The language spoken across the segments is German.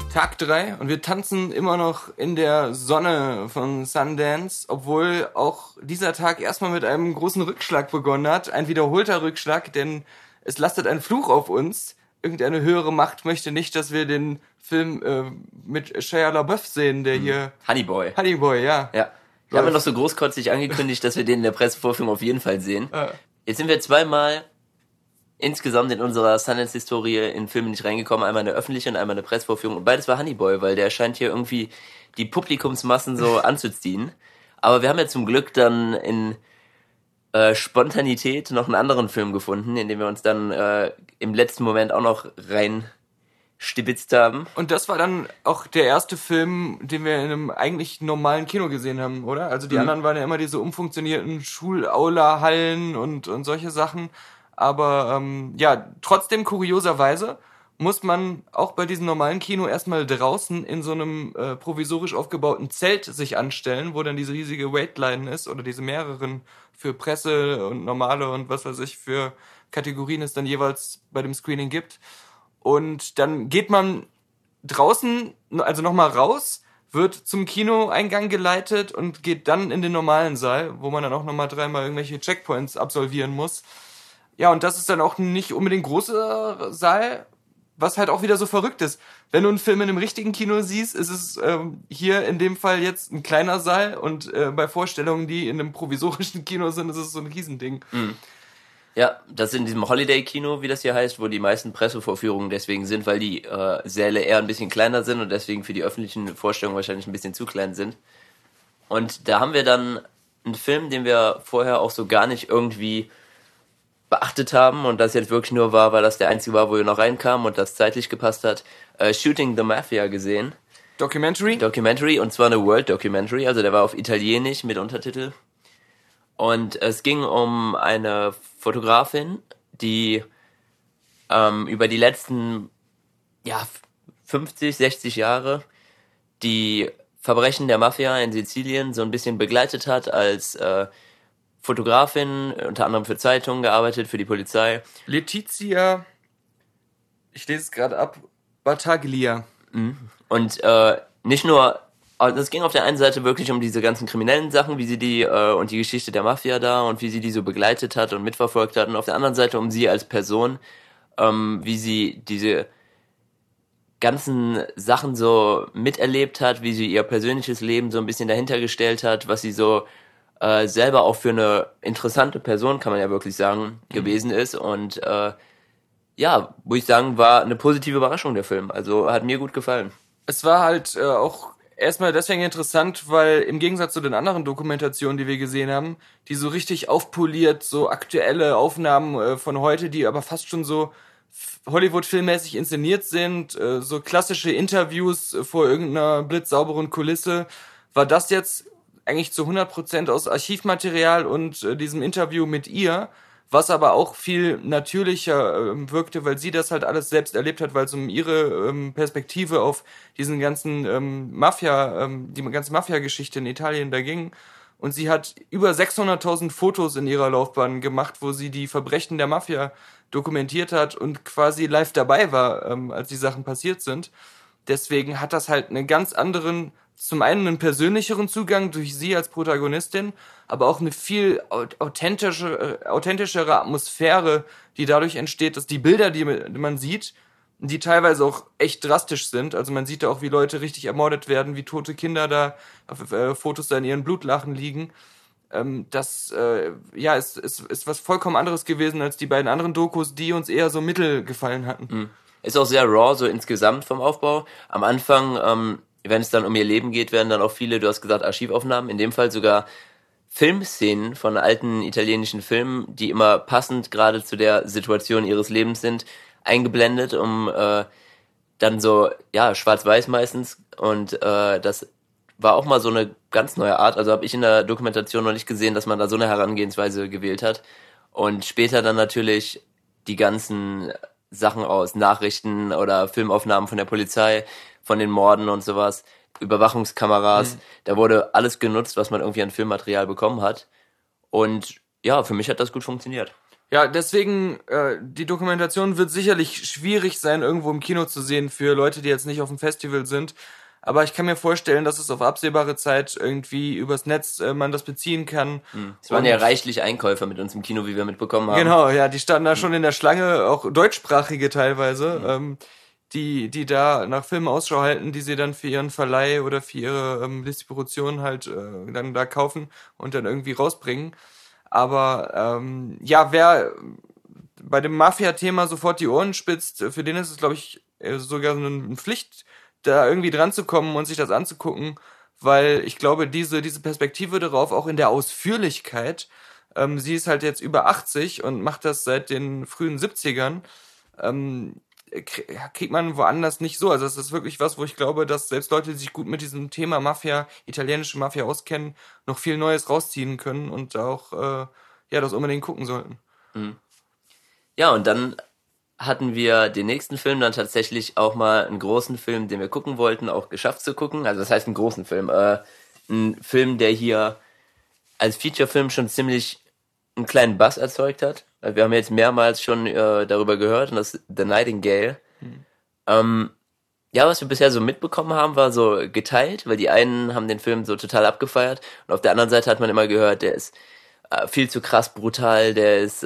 Tag 3 und wir tanzen immer noch in der Sonne von Sundance, obwohl auch dieser Tag erstmal mit einem großen Rückschlag begonnen hat. Ein wiederholter Rückschlag, denn es lastet ein Fluch auf uns. Irgendeine höhere Macht möchte nicht, dass wir den Film mit Shia LaBeouf sehen, der hier... Honeyboy. Honeyboy, ja. Ja. Ich habe noch so großkotzig angekündigt, dass wir den in der Pressevorführung auf jeden Fall sehen. Jetzt sind wir zweimal insgesamt in unserer Sundance-Historie in Filme nicht reingekommen. Einmal eine öffentliche und einmal eine Pressevorführung. Und beides war Honeyboy, weil der scheint hier irgendwie die Publikumsmassen so anzuziehen. Aber wir haben ja zum Glück dann in Spontanität noch einen anderen Film gefunden, in den wir uns dann im letzten Moment auch noch reinstibitzt haben. Und das war dann auch der erste Film, den wir in einem eigentlich normalen Kino gesehen haben, oder? Also die anderen waren ja immer diese umfunktionierten Schulaula-Hallen und solche Sachen. Aber trotzdem kurioserweise muss man auch bei diesem normalen Kino erstmal draußen in so einem provisorisch aufgebauten Zelt sich anstellen, wo dann diese riesige Waitline ist oder diese mehreren für Presse und normale und was weiß ich für Kategorien es dann jeweils bei dem Screening gibt. Und dann geht man draußen, also nochmal raus, wird zum Kinoeingang geleitet und geht dann in den normalen Saal, wo man dann auch nochmal 3-mal irgendwelche Checkpoints absolvieren muss. Ja, und das ist dann auch nicht unbedingt großer Saal, was halt auch wieder so verrückt ist. Wenn du einen Film in einem richtigen Kino siehst, ist es hier in dem Fall jetzt ein kleiner Saal und bei Vorstellungen, die in einem provisorischen Kino sind, ist es so ein Riesending. Mhm. Ja, das ist in diesem Holiday-Kino, wie das hier heißt, wo die meisten Pressevorführungen deswegen sind, weil die Säle eher ein bisschen kleiner sind und deswegen für die öffentlichen Vorstellungen wahrscheinlich ein bisschen zu klein sind. Und da haben wir dann einen Film, den wir vorher auch so gar nicht irgendwie beachtet haben und das jetzt wirklich nur war, weil das der einzige war, wo wir noch reinkamen und das zeitlich gepasst hat, Shooting the Mafia gesehen. Documentary, und zwar eine World Documentary, also der war auf Italienisch mit Untertitel. Und es ging um eine Fotografin, die über die letzten 50, 60 Jahre die Verbrechen der Mafia in Sizilien so ein bisschen begleitet hat als Fotografin, unter anderem für Zeitungen gearbeitet, für die Polizei. Letizia, ich lese es gerade ab, Battaglia. Und nicht nur, also es ging auf der einen Seite wirklich um diese ganzen kriminellen Sachen, wie sie die und die Geschichte der Mafia da und wie sie die so begleitet hat und mitverfolgt hat, und auf der anderen Seite um sie als Person, wie sie diese ganzen Sachen so miterlebt hat, wie sie ihr persönliches Leben so ein bisschen dahinter gestellt hat, was sie so selber auch für eine interessante Person, kann man ja wirklich sagen, gewesen ist. Und muss ich sagen, war eine positive Überraschung, der Film. Also hat mir gut gefallen. Es war halt auch erstmal deswegen interessant, weil im Gegensatz zu den anderen Dokumentationen, die wir gesehen haben, die so richtig aufpoliert, so aktuelle Aufnahmen von heute, die aber fast schon so Hollywood-filmmäßig inszeniert sind, so klassische Interviews vor irgendeiner blitzsauberen Kulisse, war das jetzt eigentlich zu 100% aus Archivmaterial und diesem Interview mit ihr, was aber auch viel natürlicher wirkte, weil sie das halt alles selbst erlebt hat, weil es um ihre Perspektive auf diesen ganzen die ganze Mafia-Geschichte in Italien da ging. Und sie hat über 600.000 Fotos in ihrer Laufbahn gemacht, wo sie die Verbrechen der Mafia dokumentiert hat und quasi live dabei war, als die Sachen passiert sind. Deswegen hat das halt einen ganz anderen, zum einen einen persönlicheren Zugang durch sie als Protagonistin, aber auch eine viel authentischere Atmosphäre, die dadurch entsteht, dass die Bilder, die man sieht, die teilweise auch echt drastisch sind. Also man sieht da auch, wie Leute richtig ermordet werden, wie tote Kinder da auf Fotos da in ihren Blutlachen liegen. Das ist was vollkommen anderes gewesen als die beiden anderen Dokus, die uns eher so mittel gefallen hatten. Ist auch sehr raw, so insgesamt vom Aufbau. Am Anfang, wenn es dann um ihr Leben geht, werden dann auch viele, du hast gesagt, Archivaufnahmen, in dem Fall sogar Filmszenen von alten italienischen Filmen, die immer passend gerade zu der Situation ihres Lebens sind, eingeblendet, um dann so, schwarz-weiß meistens, und das war auch mal so eine ganz neue Art, also habe ich in der Dokumentation noch nicht gesehen, dass man da so eine Herangehensweise gewählt hat. Und später dann natürlich die ganzen Sachen aus Nachrichten oder Filmaufnahmen von der Polizei, von den Morden und sowas, Überwachungskameras, da wurde alles genutzt, was man irgendwie an Filmmaterial bekommen hat. Und ja, für mich hat das gut funktioniert. Ja, deswegen, die Dokumentation wird sicherlich schwierig sein, irgendwo im Kino zu sehen für Leute, die jetzt nicht auf dem Festival sind. Aber ich kann mir vorstellen, dass es auf absehbare Zeit irgendwie übers Netz man das beziehen kann. Es waren ja reichlich Einkäufer mit uns im Kino, wie wir mitbekommen haben. Genau, ja, die standen da schon in der Schlange, auch deutschsprachige teilweise, die da nach Filmen Ausschau halten, die sie dann für ihren Verleih oder für ihre Distribution halt dann da kaufen und dann irgendwie rausbringen. Aber ja, wer bei dem Mafia-Thema sofort die Ohren spitzt, für den ist es, glaube ich, sogar so eine Pflicht, da irgendwie dran zu kommen und sich das anzugucken, weil ich glaube, diese Perspektive darauf, auch in der Ausführlichkeit, sie ist halt jetzt über 80 und macht das seit den frühen 70ern, kriegt man woanders nicht so. Also das ist wirklich was, wo ich glaube, dass selbst Leute, die sich gut mit diesem Thema Mafia, italienische Mafia auskennen, noch viel Neues rausziehen können und auch ja, das unbedingt gucken sollten. Ja, und dann hatten wir den nächsten Film dann tatsächlich auch mal einen großen Film, den wir gucken wollten, auch geschafft zu gucken. Also das heißt einen großen Film. Ein Film, der hier als Featurefilm schon ziemlich einen kleinen Buzz erzeugt hat. Wir haben jetzt mehrmals schon darüber gehört, und das ist The Nightingale. Ja, was wir bisher so mitbekommen haben, war so geteilt, weil die einen haben den Film so total abgefeiert und auf der anderen Seite hat man immer gehört, der ist viel zu krass brutal, der ist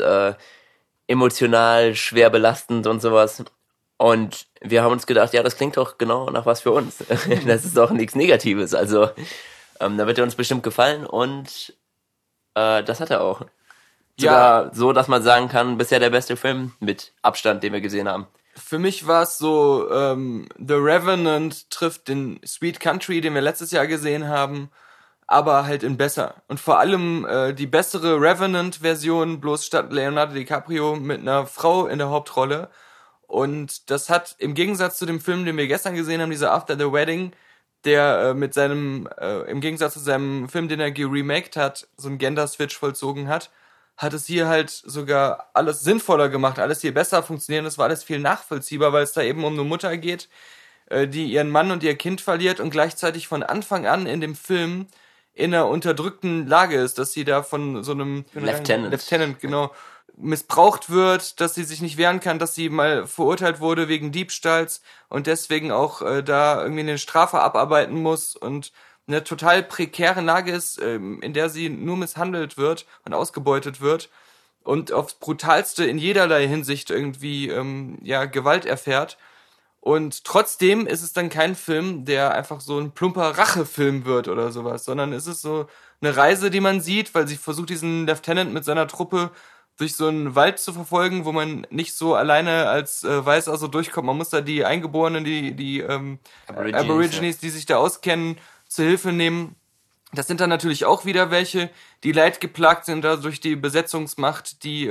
emotional schwer belastend und sowas. Und wir haben uns gedacht, ja, das klingt doch genau nach was für uns. Das ist doch nichts Negatives. Also da wird er uns bestimmt gefallen und das hat er auch. Sogar so, dass man sagen kann, bisher der beste Film mit Abstand, den wir gesehen haben. Für mich war es so, The Revenant trifft den Sweet Country, den wir letztes Jahr gesehen haben, aber halt in besser. Und vor allem die bessere Revenant-Version, bloß statt Leonardo DiCaprio mit einer Frau in der Hauptrolle. Und das hat im Gegensatz zu dem Film, den wir gestern gesehen haben, dieser After the Wedding, der mit seinem, im Gegensatz zu seinem Film, den er geremaked hat, so einen Gender-Switch vollzogen hat es hier halt sogar alles sinnvoller gemacht, alles hier besser funktioniert. Es war alles viel nachvollziehbar, weil es da eben um eine Mutter geht, die ihren Mann und ihr Kind verliert und gleichzeitig von Anfang an in dem Film in einer unterdrückten Lage ist, dass sie da von so einem Lieutenant, genau, missbraucht wird, dass sie sich nicht wehren kann, dass sie mal verurteilt wurde wegen Diebstahls und deswegen auch da irgendwie eine Strafe abarbeiten muss und eine total prekäre Lage ist, in der sie nur misshandelt wird und ausgebeutet wird und aufs Brutalste in jederlei Hinsicht irgendwie ja Gewalt erfährt. Und trotzdem ist es dann kein Film, der einfach so ein plumper Rachefilm wird oder sowas, sondern es ist so eine Reise, die man sieht, weil sie versucht, diesen Lieutenant mit seiner Truppe durch so einen Wald zu verfolgen, wo man nicht so alleine als Weißer so durchkommt. Man muss da die Eingeborenen, die Aborigines, die sich da auskennen, zur Hilfe nehmen. Das sind dann natürlich auch wieder welche, die leidgeplagt sind da durch die Besetzungsmacht, die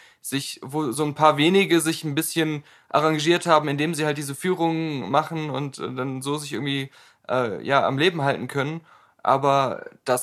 wo so ein paar wenige sich ein bisschen arrangiert haben, indem sie halt diese Führungen machen und dann so sich irgendwie ja am Leben halten können. Aber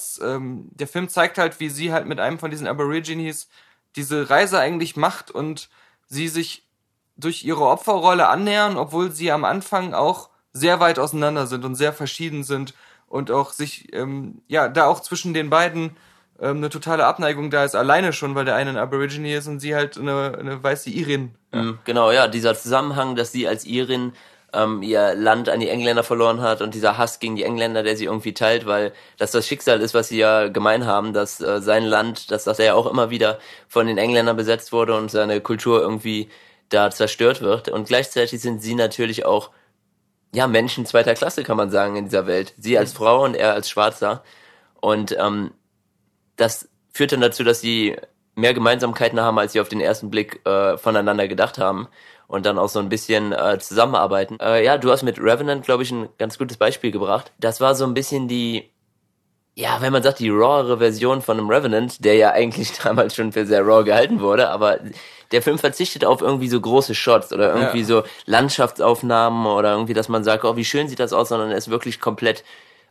der Film zeigt halt, wie sie halt mit einem von diesen Aborigines diese Reise eigentlich macht und sie sich durch ihre Opferrolle annähern, obwohl sie am Anfang auch sehr weit auseinander sind und sehr verschieden sind. Und auch sich, ja, da auch zwischen den beiden eine totale Abneigung da ist, alleine schon, weil der eine ein Aborigine ist und sie halt eine weiße Irin. Ja. Genau, ja, dieser Zusammenhang, dass sie als Irin ihr Land an die Engländer verloren hat und dieser Hass gegen die Engländer, der sie irgendwie teilt, weil das Schicksal ist, was sie ja gemein haben, dass sein Land, dass er ja auch immer wieder von den Engländern besetzt wurde und seine Kultur irgendwie da zerstört wird. Und gleichzeitig sind sie natürlich auch ja, Menschen zweiter Klasse, kann man sagen, in dieser Welt. Sie als Frau und er als Schwarzer. Und das führt dann dazu, dass sie mehr Gemeinsamkeiten haben, als sie auf den ersten Blick voneinander gedacht haben. Und dann auch so ein bisschen zusammenarbeiten. Ja, du hast mit Revenant, glaube ich, ein ganz gutes Beispiel gebracht. Das war so ein bisschen ja, wenn man sagt, die rawere Version von einem Revenant, der ja eigentlich damals schon für sehr raw gehalten wurde, aber der Film verzichtet auf irgendwie so große Shots oder irgendwie so Landschaftsaufnahmen oder irgendwie, dass man sagt, oh, wie schön sieht das aus, sondern er ist wirklich komplett,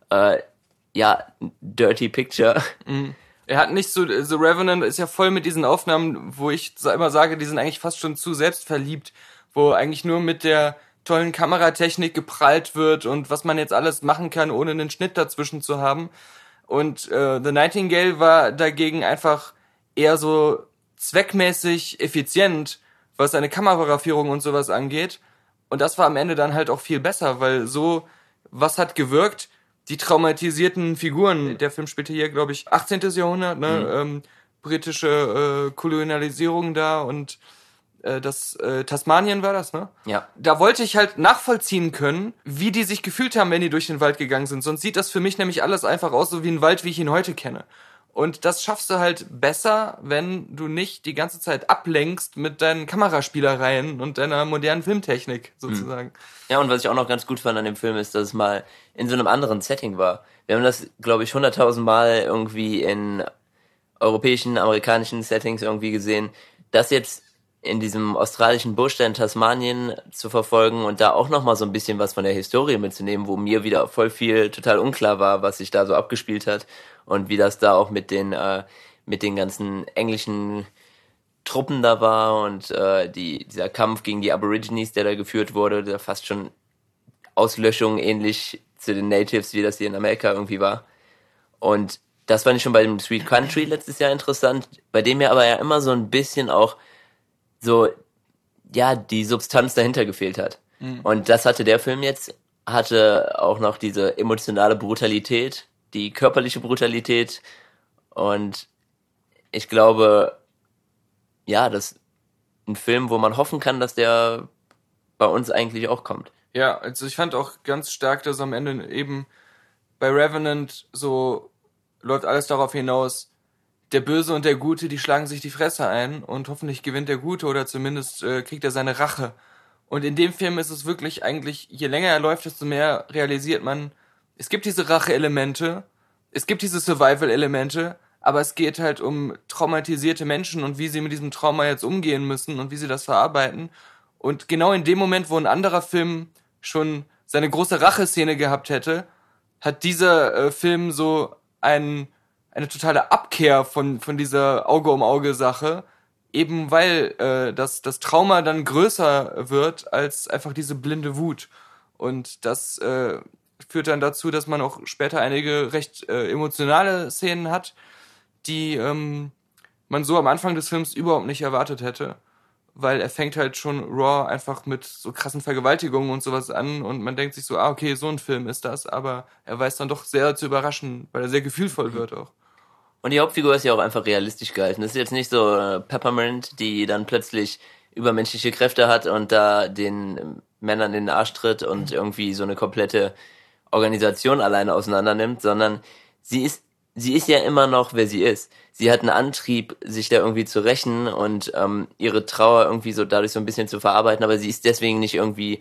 ja, dirty picture. Mhm. Er hat nicht so, The Revenant ist ja voll mit diesen Aufnahmen, wo ich immer sage, die sind eigentlich fast schon zu selbstverliebt, wo eigentlich nur mit der tollen Kameratechnik geprallt wird und was man jetzt alles machen kann, ohne einen Schnitt dazwischen zu haben. Und The Nightingale war dagegen einfach eher so zweckmäßig effizient, was seine Kameraführung und sowas angeht. Und das war am Ende dann halt auch viel besser, weil so, was hat gewirkt? Die traumatisierten Figuren. Der Film spielte hier, glaube ich, 18. Jahrhundert, ne? Britische Kolonialisierung da und das Tasmanien war das, ne? Ja. Da wollte ich halt nachvollziehen können, wie die sich gefühlt haben, wenn die durch den Wald gegangen sind. Sonst sieht das für mich nämlich alles einfach aus, so wie ein Wald, wie ich ihn heute kenne. Und das schaffst du halt besser, wenn du nicht die ganze Zeit ablenkst mit deinen Kameraspielereien und deiner modernen Filmtechnik, sozusagen. Ja, und was ich auch noch ganz gut fand an dem Film ist, dass es mal in so einem anderen Setting war. Wir haben das, glaube ich, 100.000 Mal irgendwie in europäischen, amerikanischen Settings irgendwie gesehen. Das jetzt in diesem australischen Busch in Tasmanien zu verfolgen und da auch nochmal so ein bisschen was von der Historie mitzunehmen, wo mir wieder voll viel total unklar war, was sich da so abgespielt hat und wie das da auch mit den ganzen englischen Truppen da war und dieser Kampf gegen die Aborigines, der da geführt wurde, der fast schon Auslöschung ähnlich zu den Natives, wie das hier in Amerika irgendwie war. Und das fand ich schon bei dem Sweet Country letztes Jahr interessant, bei dem mir aber ja immer so ein bisschen auch so, ja, die Substanz dahinter gefehlt hat. Und das hatte der Film jetzt, hatte auch noch diese emotionale Brutalität, die körperliche Brutalität und ich glaube, ja, das ist ein Film, wo man hoffen kann, dass der bei uns eigentlich auch kommt. Ja, also ich fand auch ganz stark, dass am Ende eben bei Revenant so läuft alles darauf hinaus, der Böse und der Gute, die schlagen sich die Fresse ein und hoffentlich gewinnt der Gute oder zumindest kriegt er seine Rache. Und in dem Film ist es wirklich eigentlich, je länger er läuft, desto mehr realisiert man, es gibt diese Rache-Elemente, es gibt diese Survival-Elemente, aber es geht halt um traumatisierte Menschen und wie sie mit diesem Trauma jetzt umgehen müssen und wie sie das verarbeiten. Und genau in dem Moment, wo ein anderer Film schon seine große Racheszene gehabt hätte, hat dieser Film so eine totale Abkehr von dieser Auge-um-Auge-Sache, eben weil das Trauma dann größer wird als einfach diese blinde Wut. Und das führt dann dazu, dass man auch später einige recht emotionale Szenen hat, die man so am Anfang des Films überhaupt nicht erwartet hätte. Weil er fängt halt schon raw einfach mit so krassen Vergewaltigungen und sowas an und man denkt sich so, okay, so ein Film ist das, aber er weiß dann doch sehr zu überraschen, weil er sehr gefühlvoll wird auch. Und die Hauptfigur ist ja auch einfach realistisch gehalten. Das ist jetzt nicht so Peppermint, die dann plötzlich übermenschliche Kräfte hat und da den Männern in den Arsch tritt und irgendwie so eine komplette Organisation alleine auseinander nimmt, sondern sie ist ja immer noch, wer sie ist. Sie hat einen Antrieb, sich da irgendwie zu rächen und ihre Trauer irgendwie so dadurch so ein bisschen zu verarbeiten, aber sie ist deswegen nicht irgendwie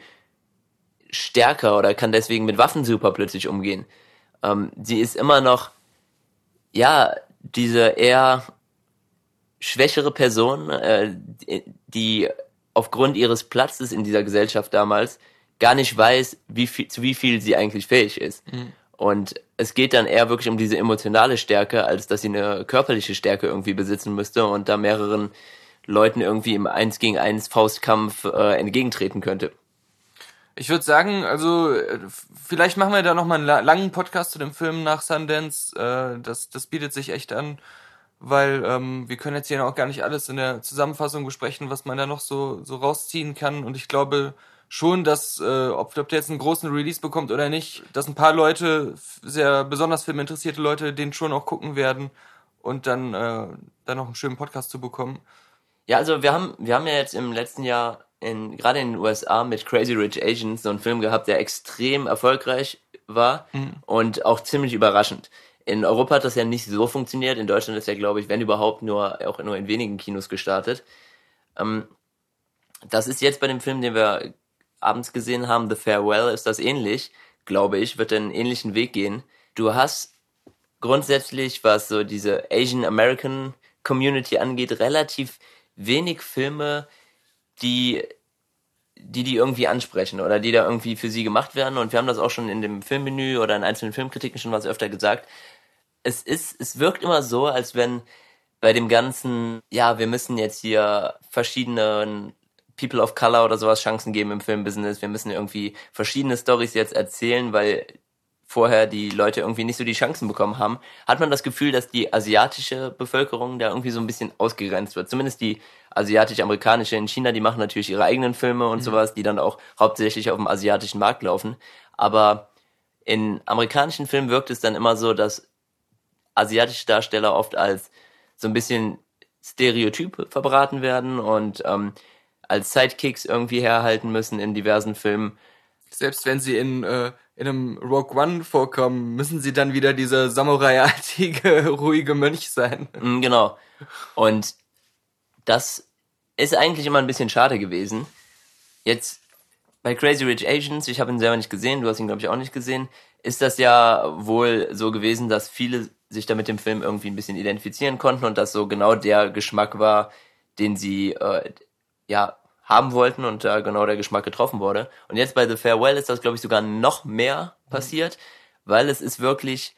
stärker oder kann deswegen mit Waffen super plötzlich umgehen. Sie ist immer noch, ja, diese eher schwächere Person, die aufgrund ihres Platzes in dieser Gesellschaft damals gar nicht weiß, zu wie viel sie eigentlich fähig ist. Und es geht dann eher wirklich um diese emotionale Stärke, als dass sie eine körperliche Stärke irgendwie besitzen müsste und da mehreren Leuten irgendwie im 1-gegen-1 Faustkampf entgegentreten könnte. Ich würde sagen, also vielleicht machen wir da nochmal einen langen Podcast zu dem Film nach Sundance. Das bietet sich echt an, weil wir können jetzt hier auch gar nicht alles in der Zusammenfassung besprechen, was man da noch so rausziehen kann. Und ich glaube schon, dass, ob der jetzt einen großen Release bekommt oder nicht, dass ein paar Leute, sehr besonders filminteressierte Leute, den schon auch gucken werden und dann noch einen schönen Podcast zu bekommen. Ja, also wir haben ja jetzt im letzten Jahr gerade in den USA mit Crazy Rich Asians so einen Film gehabt, der extrem erfolgreich war und auch ziemlich überraschend. In Europa hat das ja nicht so funktioniert. In Deutschland ist ja, glaube ich, wenn überhaupt, nur in wenigen Kinos gestartet. Das ist jetzt bei dem Film, den wir abends gesehen haben, The Farewell, ist das ähnlich, glaube ich, wird einen ähnlichen Weg gehen. Du hast grundsätzlich, was so diese Asian American Community angeht, relativ wenig Filme, die irgendwie ansprechen oder die da irgendwie für sie gemacht werden. Und wir haben das auch schon in dem Filmmenü oder in einzelnen Filmkritiken schon was öfter gesagt. Es wirkt immer so, als wenn bei dem ganzen, ja, wir müssen jetzt hier verschiedenen People of Color oder sowas Chancen geben im Filmbusiness. Wir müssen irgendwie verschiedene Storys jetzt erzählen, weil vorher die Leute irgendwie nicht so die Chancen bekommen haben, hat man das Gefühl, dass die asiatische Bevölkerung da irgendwie so ein bisschen ausgegrenzt wird. Zumindest die asiatisch-amerikanische in China, die machen natürlich ihre eigenen Filme und sowas, die dann auch hauptsächlich auf dem asiatischen Markt laufen. Aber in amerikanischen Filmen wirkt es dann immer so, dass asiatische Darsteller oft als so ein bisschen Stereotyp verbraten werden und als Sidekicks irgendwie herhalten müssen in diversen Filmen. Selbst wenn sie in einem Rogue One vorkommen, müssen sie dann wieder dieser Samurai-artige, ruhige Mönch sein. Genau. Und das ist eigentlich immer ein bisschen schade gewesen. Jetzt bei Crazy Rich Asians, ich habe ihn selber nicht gesehen, du hast ihn glaube ich auch nicht gesehen, ist das ja wohl so gewesen, dass viele sich da mit dem Film irgendwie ein bisschen identifizieren konnten und das so genau der Geschmack war, den sie haben wollten und da genau der Geschmack getroffen wurde. Und jetzt bei The Farewell ist das, glaube ich, sogar noch mehr passiert, weil es ist wirklich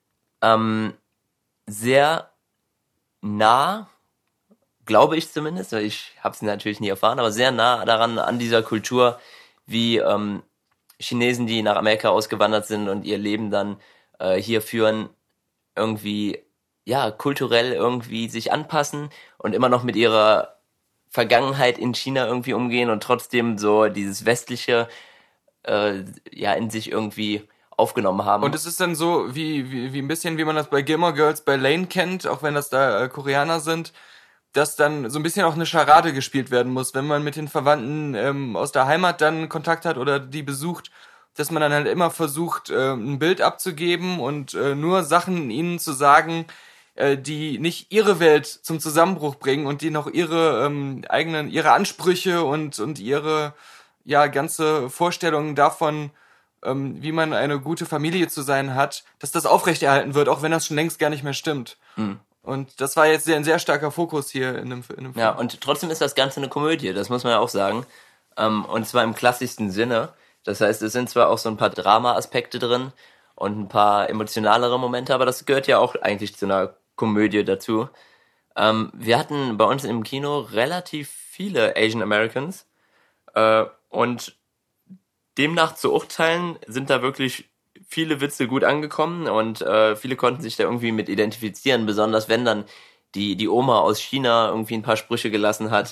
sehr nah, glaube ich zumindest, weil ich habe es natürlich nie erfahren, aber sehr nah daran an dieser Kultur, wie Chinesen, die nach Amerika ausgewandert sind und ihr Leben dann hier führen, irgendwie kulturell irgendwie sich anpassen und immer noch mit ihrer Vergangenheit in China irgendwie umgehen und trotzdem so dieses westliche in sich irgendwie aufgenommen haben. Und es ist dann so wie ein bisschen, wie man das bei Gilmore Girls bei Lane kennt, auch wenn das da Koreaner sind, dass dann so ein bisschen auch eine Scharade gespielt werden muss, wenn man mit den Verwandten aus der Heimat dann Kontakt hat oder die besucht, dass man dann halt immer versucht, ein Bild abzugeben und nur Sachen ihnen zu sagen, die nicht ihre Welt zum Zusammenbruch bringen und die noch ihre ihre Ansprüche und ihre ganze Vorstellungen davon, wie man eine gute Familie zu sein hat, dass das aufrechterhalten wird, auch wenn das schon längst gar nicht mehr stimmt. Und das war jetzt ein sehr starker Fokus hier in dem Film. Ja, und trotzdem ist das Ganze eine Komödie, das muss man ja auch sagen. Und zwar im klassischsten Sinne. Das heißt, es sind zwar auch so ein paar Drama-Aspekte drin und ein paar emotionalere Momente, aber das gehört ja auch eigentlich zu einer Komödie dazu. Wir hatten bei uns im Kino relativ viele Asian Americans und demnach zu urteilen sind da wirklich viele Witze gut angekommen und viele konnten sich da irgendwie mit identifizieren, besonders wenn dann die Oma aus China irgendwie ein paar Sprüche gelassen hat,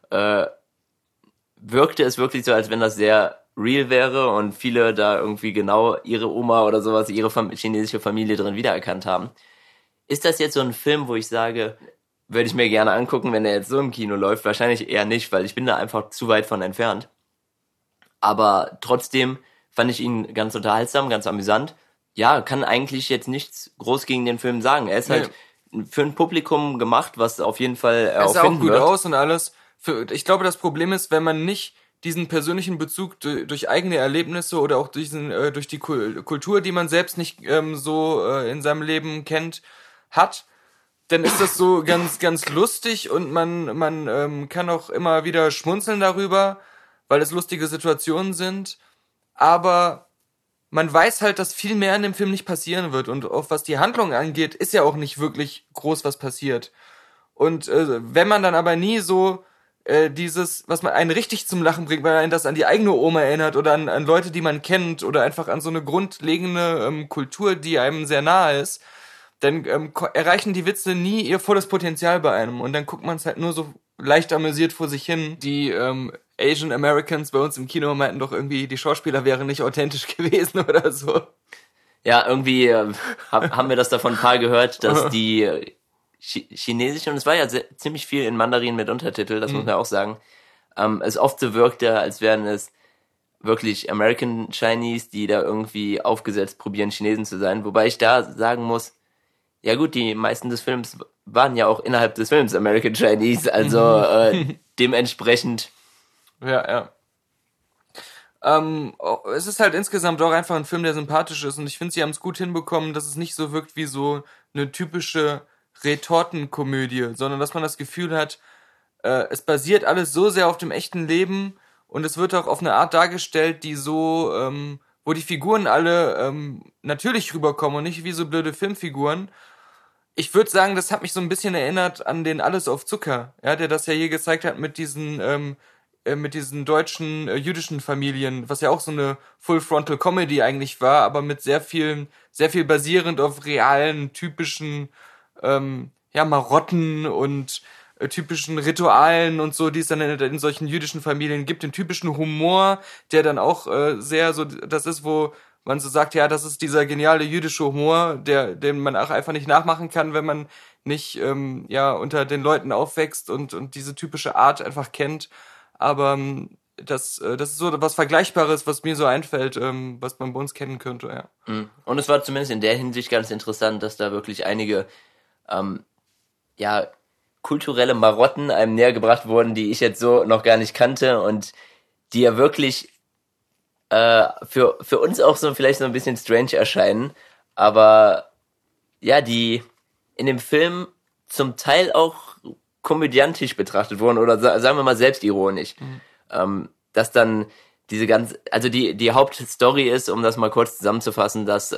wirkte es wirklich so, als wenn das sehr real wäre und viele da irgendwie genau ihre Oma oder sowas, ihre chinesische Familie drin wiedererkannt haben. Ist das jetzt so ein Film, wo ich sage, würde ich mir gerne angucken, wenn er jetzt so im Kino läuft? Wahrscheinlich eher nicht, weil ich bin da einfach zu weit von entfernt. Aber trotzdem fand ich ihn ganz unterhaltsam, ganz amüsant. Ja, kann eigentlich jetzt nichts groß gegen den Film sagen. Er ist halt für ein Publikum gemacht, was auf jeden Fall er sah auch gut aus und alles. Ich glaube, das Problem ist, wenn man nicht diesen persönlichen Bezug durch eigene Erlebnisse oder auch durch die Kultur, die man selbst nicht in seinem Leben kennt, hat, dann ist das so ganz, ganz lustig und man kann auch immer wieder schmunzeln darüber, weil es lustige Situationen sind, aber man weiß halt, dass viel mehr in dem Film nicht passieren wird und auch was die Handlung angeht, ist ja auch nicht wirklich groß was passiert. Und wenn man dann aber nie so was man einen richtig zum Lachen bringt, weil einen das an die eigene Oma erinnert oder an Leute, die man kennt oder einfach an so eine grundlegende Kultur, die einem sehr nahe ist, dann erreichen die Witze nie ihr volles Potenzial bei einem und dann guckt man es halt nur so leicht amüsiert vor sich hin. Die Asian Americans bei uns im Kino meinten doch irgendwie, die Schauspieler wären nicht authentisch gewesen oder so. Ja, irgendwie haben wir das davon ein paar gehört, dass die chinesische, und es war ja ziemlich viel in Mandarin mit Untertitel, das muss man auch sagen, es oft so wirkte, als wären es wirklich American Chinese, die da irgendwie aufgesetzt probieren, Chinesen zu sein. Wobei ich da sagen muss, ja gut, die meisten des Films waren ja auch innerhalb des Films American Chinese, also dementsprechend. Ja. Es ist halt insgesamt auch einfach ein Film, der sympathisch ist und ich finde, sie haben es gut hinbekommen, dass es nicht so wirkt wie so eine typische Retortenkomödie, sondern dass man das Gefühl hat, es basiert alles so sehr auf dem echten Leben und es wird auch auf eine Art dargestellt, die so, wo die Figuren alle natürlich rüberkommen und nicht wie so blöde Filmfiguren. Ich würde sagen, das hat mich so ein bisschen erinnert an den Alles auf Zucker, ja, der das ja hier gezeigt hat mit diesen mit diesen deutschen jüdischen Familien, was ja auch so eine Full-Frontal-Comedy eigentlich war, aber mit sehr viel basierend auf realen, typischen Marotten und typischen Ritualen und so, die es dann in solchen jüdischen Familien gibt, den typischen Humor, der dann auch sehr so, das ist, wo man so sagt, ja, das ist dieser geniale jüdische Humor, den man auch einfach nicht nachmachen kann, wenn man nicht unter den Leuten aufwächst und diese typische Art einfach kennt. Aber das ist so was Vergleichbares, was mir so einfällt, was man bei uns kennen könnte, ja. Und es war zumindest in der Hinsicht ganz interessant, dass da wirklich einige kulturelle Marotten einem näher gebracht wurden, die ich jetzt so noch gar nicht kannte und die ja wirklich für uns auch so vielleicht so ein bisschen strange erscheinen, aber ja, die in dem Film zum Teil auch komödiantisch betrachtet wurden oder sagen wir mal selbstironisch. Dass dann die Hauptstory ist, um das mal kurz zusammenzufassen, dass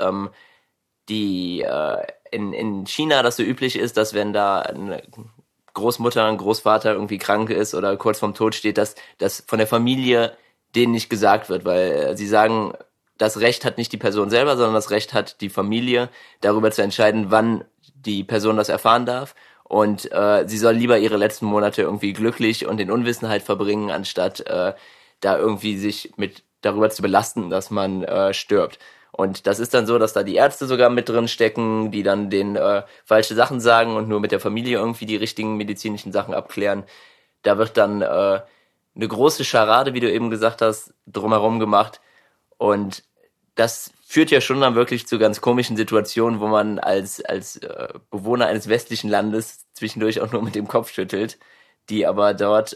in China das so üblich ist, dass wenn da eine Großmutter, ein Großvater irgendwie krank ist oder kurz vorm Tod steht, dass das von der Familie denen nicht gesagt wird, weil sie sagen, das Recht hat nicht die Person selber, sondern das Recht hat die Familie, darüber zu entscheiden, wann die Person das erfahren darf. Und sie soll lieber ihre letzten Monate irgendwie glücklich und in Unwissenheit verbringen, anstatt da irgendwie sich mit darüber zu belasten, dass man stirbt. Und das ist dann so, dass da die Ärzte sogar mit drin stecken, die dann den falsche Sachen sagen und nur mit der Familie irgendwie die richtigen medizinischen Sachen abklären. Da wird dann eine große Scharade, wie du eben gesagt hast, drumherum gemacht. Und das führt ja schon dann wirklich zu ganz komischen Situationen, wo man als Bewohner eines westlichen Landes zwischendurch auch nur mit dem Kopf schüttelt, die aber dort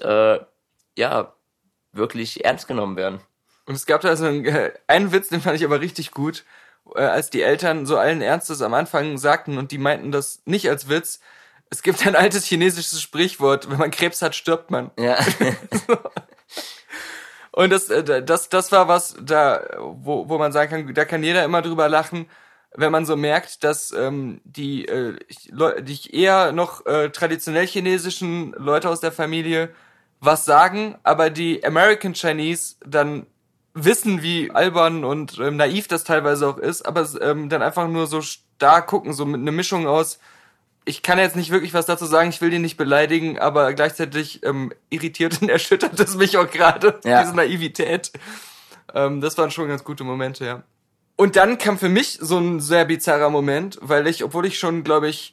wirklich ernst genommen werden. Und es gab da so einen Witz, den fand ich aber richtig gut, als die Eltern so allen Ernstes am Anfang sagten und die meinten das nicht als Witz. Es gibt ein altes chinesisches Sprichwort, wenn man Krebs hat, stirbt man. Ja. Und das war was, da wo man sagen kann, da kann jeder immer drüber lachen, wenn man so merkt, dass die eher noch traditionell chinesischen Leute aus der Familie was sagen, aber die American Chinese dann wissen, wie albern und naiv das teilweise auch ist, aber dann einfach nur so stark gucken, so mit einer Mischung aus, ich kann jetzt nicht wirklich was dazu sagen, ich will den nicht beleidigen, aber gleichzeitig irritiert und erschüttert es mich auch gerade, diese Naivität. Das waren schon ganz gute Momente, ja. Und dann kam für mich so ein sehr bizarrer Moment, weil obwohl ich schon, glaube ich,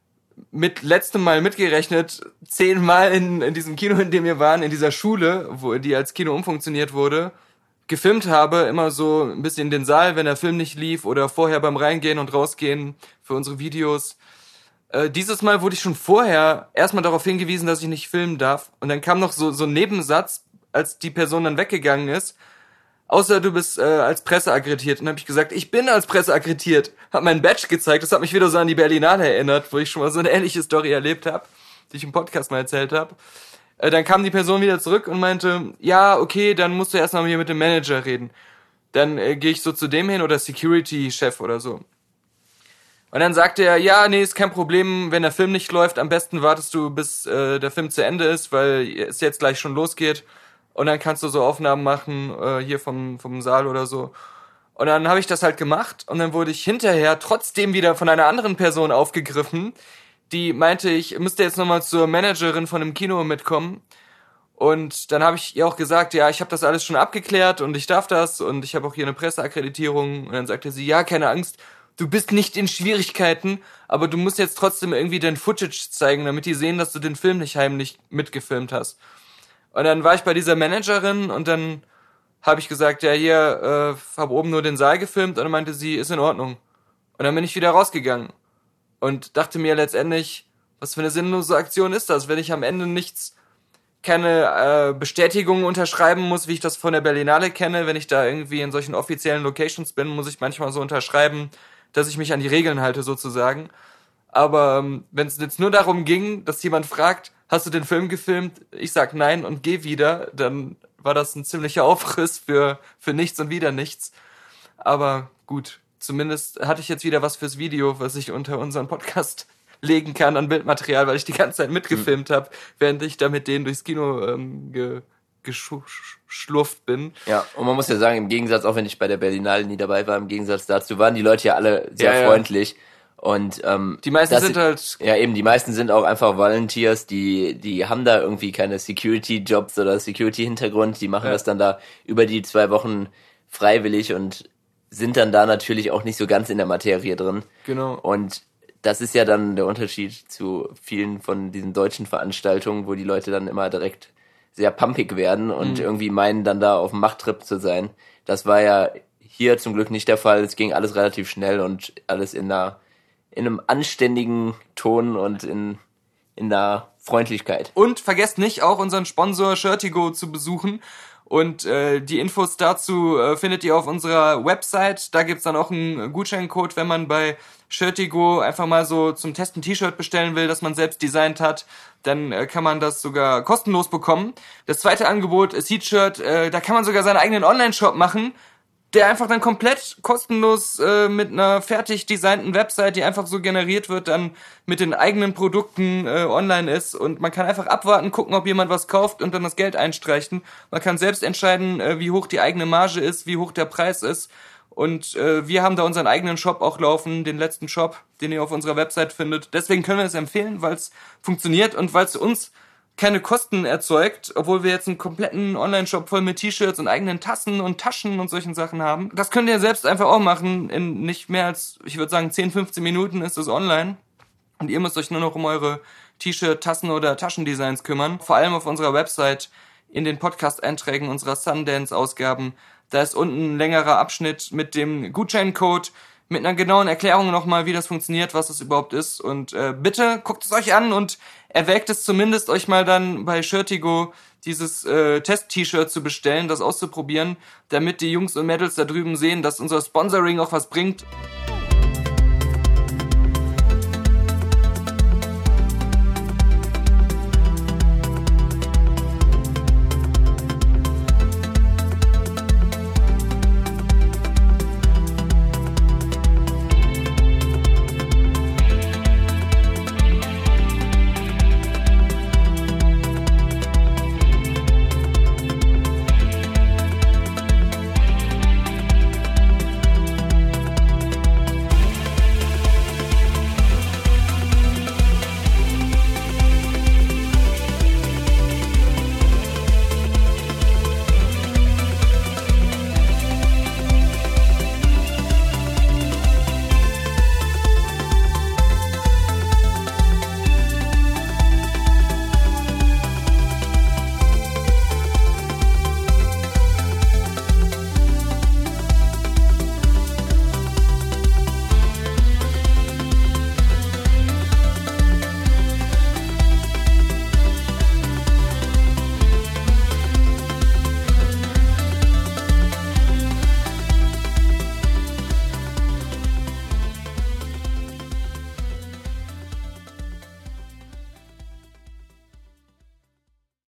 mit letztem Mal mitgerechnet, 10 Mal in diesem Kino, in dem wir waren, in dieser Schule, wo die als Kino umfunktioniert wurde, gefilmt habe, immer so ein bisschen in den Saal, wenn der Film nicht lief oder vorher beim Reingehen und Rausgehen für unsere Videos. Dieses Mal wurde ich schon vorher erstmal darauf hingewiesen, dass ich nicht filmen darf. Und dann kam noch so ein Nebensatz, als die Person dann weggegangen ist. Außer du bist als Presse akkreditiert. Und dann habe ich gesagt, ich bin als Presse akkreditiert. Hab meinen Badge gezeigt. Das hat mich wieder so an die Berlinale erinnert, wo ich schon mal so eine ähnliche Story erlebt habe, die ich im Podcast mal erzählt habe. Dann kam die Person wieder zurück und meinte, ja, okay, dann musst du erstmal hier mit dem Manager reden. Dann gehe ich so zu dem hin oder Security-Chef oder so. Und dann sagte er, ja, nee, ist kein Problem, wenn der Film nicht läuft, am besten wartest du, bis der Film zu Ende ist, weil es jetzt gleich schon losgeht. Und dann kannst du so Aufnahmen machen, hier vom Saal oder so. Und dann habe ich das halt gemacht und dann wurde ich hinterher trotzdem wieder von einer anderen Person aufgegriffen, die meinte, ich müsste jetzt nochmal zur Managerin von dem Kino mitkommen. Und dann habe ich ihr auch gesagt, ja, ich habe das alles schon abgeklärt und ich darf das und ich habe auch hier eine Presseakkreditierung. Und dann sagte sie, ja, keine Angst, du bist nicht in Schwierigkeiten, aber du musst jetzt trotzdem irgendwie dein Footage zeigen, damit die sehen, dass du den Film nicht heimlich mitgefilmt hast. Und dann war ich bei dieser Managerin und dann habe ich gesagt, ja, hier, habe oben nur den Saal gefilmt und dann meinte sie, ist in Ordnung. Und dann bin ich wieder rausgegangen und dachte mir letztendlich, was für eine sinnlose Aktion ist das, wenn ich am Ende keine Bestätigung unterschreiben muss, wie ich das von der Berlinale kenne. Wenn ich da irgendwie in solchen offiziellen Locations bin, muss ich manchmal so unterschreiben, dass ich mich an die Regeln halte sozusagen. Aber wenn es jetzt nur darum ging, dass jemand fragt, hast du den Film gefilmt? Ich sag nein und geh wieder, dann war das ein ziemlicher Aufriss für nichts und wieder nichts. Aber gut, zumindest hatte ich jetzt wieder was fürs Video, was ich unter unseren Podcast legen kann an Bildmaterial, weil ich die ganze Zeit mitgefilmt habe, während ich da mit denen durchs Kino geschlurft bin. Ja, und man muss ja sagen, im Gegensatz, auch wenn ich bei der Berlinale nie dabei war, im Gegensatz dazu waren die Leute ja alle sehr freundlich. Und die meisten sind halt... Ja, eben, die meisten sind auch einfach Volunteers, die haben da irgendwie keine Security-Jobs oder Security-Hintergrund, die machen das dann da über die 2 Wochen freiwillig und sind dann da natürlich auch nicht so ganz in der Materie drin. Genau. Und das ist ja dann der Unterschied zu vielen von diesen deutschen Veranstaltungen, wo die Leute dann immer direkt sehr pumpig werden und irgendwie meinen, dann da auf dem Machttrip zu sein. Das war ja hier zum Glück nicht der Fall. Es ging alles relativ schnell und alles in einem anständigen Ton und in einer Freundlichkeit. Und vergesst nicht, auch unseren Sponsor Shirtigo zu besuchen. Und die Infos dazu findet ihr auf unserer Website. Da gibt's dann auch einen Gutscheincode, wenn man bei Shirtigo einfach mal so zum Testen T-Shirt bestellen will, das man selbst designt hat. Dann kann man das sogar kostenlos bekommen. Das zweite Angebot, Seatshirt, da kann man sogar seinen eigenen Online-Shop machen, der einfach dann komplett kostenlos mit einer fertig designten Website, die einfach so generiert wird, dann mit den eigenen Produkten online ist. Und man kann einfach abwarten, gucken, ob jemand was kauft und dann das Geld einstreichen. Man kann selbst entscheiden, wie hoch die eigene Marge ist, wie hoch der Preis ist. Und wir haben da unseren eigenen Shop auch laufen, den letzten Shop, den ihr auf unserer Website findet. Deswegen können wir es empfehlen, weil es funktioniert und weil es uns keine Kosten erzeugt, obwohl wir jetzt einen kompletten Online-Shop voll mit T-Shirts und eigenen Tassen und Taschen und solchen Sachen haben. Das könnt ihr selbst einfach auch machen. In nicht mehr als, ich würde sagen, 10, 15 Minuten ist es online. Und ihr müsst euch nur noch um eure T-Shirt, Tassen oder Taschendesigns kümmern. Vor allem auf unserer Website in den Podcast-Einträgen unserer Sundance-Ausgaben. Da ist unten ein längerer Abschnitt mit dem Gutscheincode, mit einer genauen Erklärung nochmal, wie das funktioniert, was es überhaupt ist. Und bitte guckt es euch an und erwägt es zumindest, euch mal dann bei Shirtigo dieses Test-T-Shirt zu bestellen, das auszuprobieren, damit die Jungs und Mädels da drüben sehen, dass unser Sponsoring auch was bringt.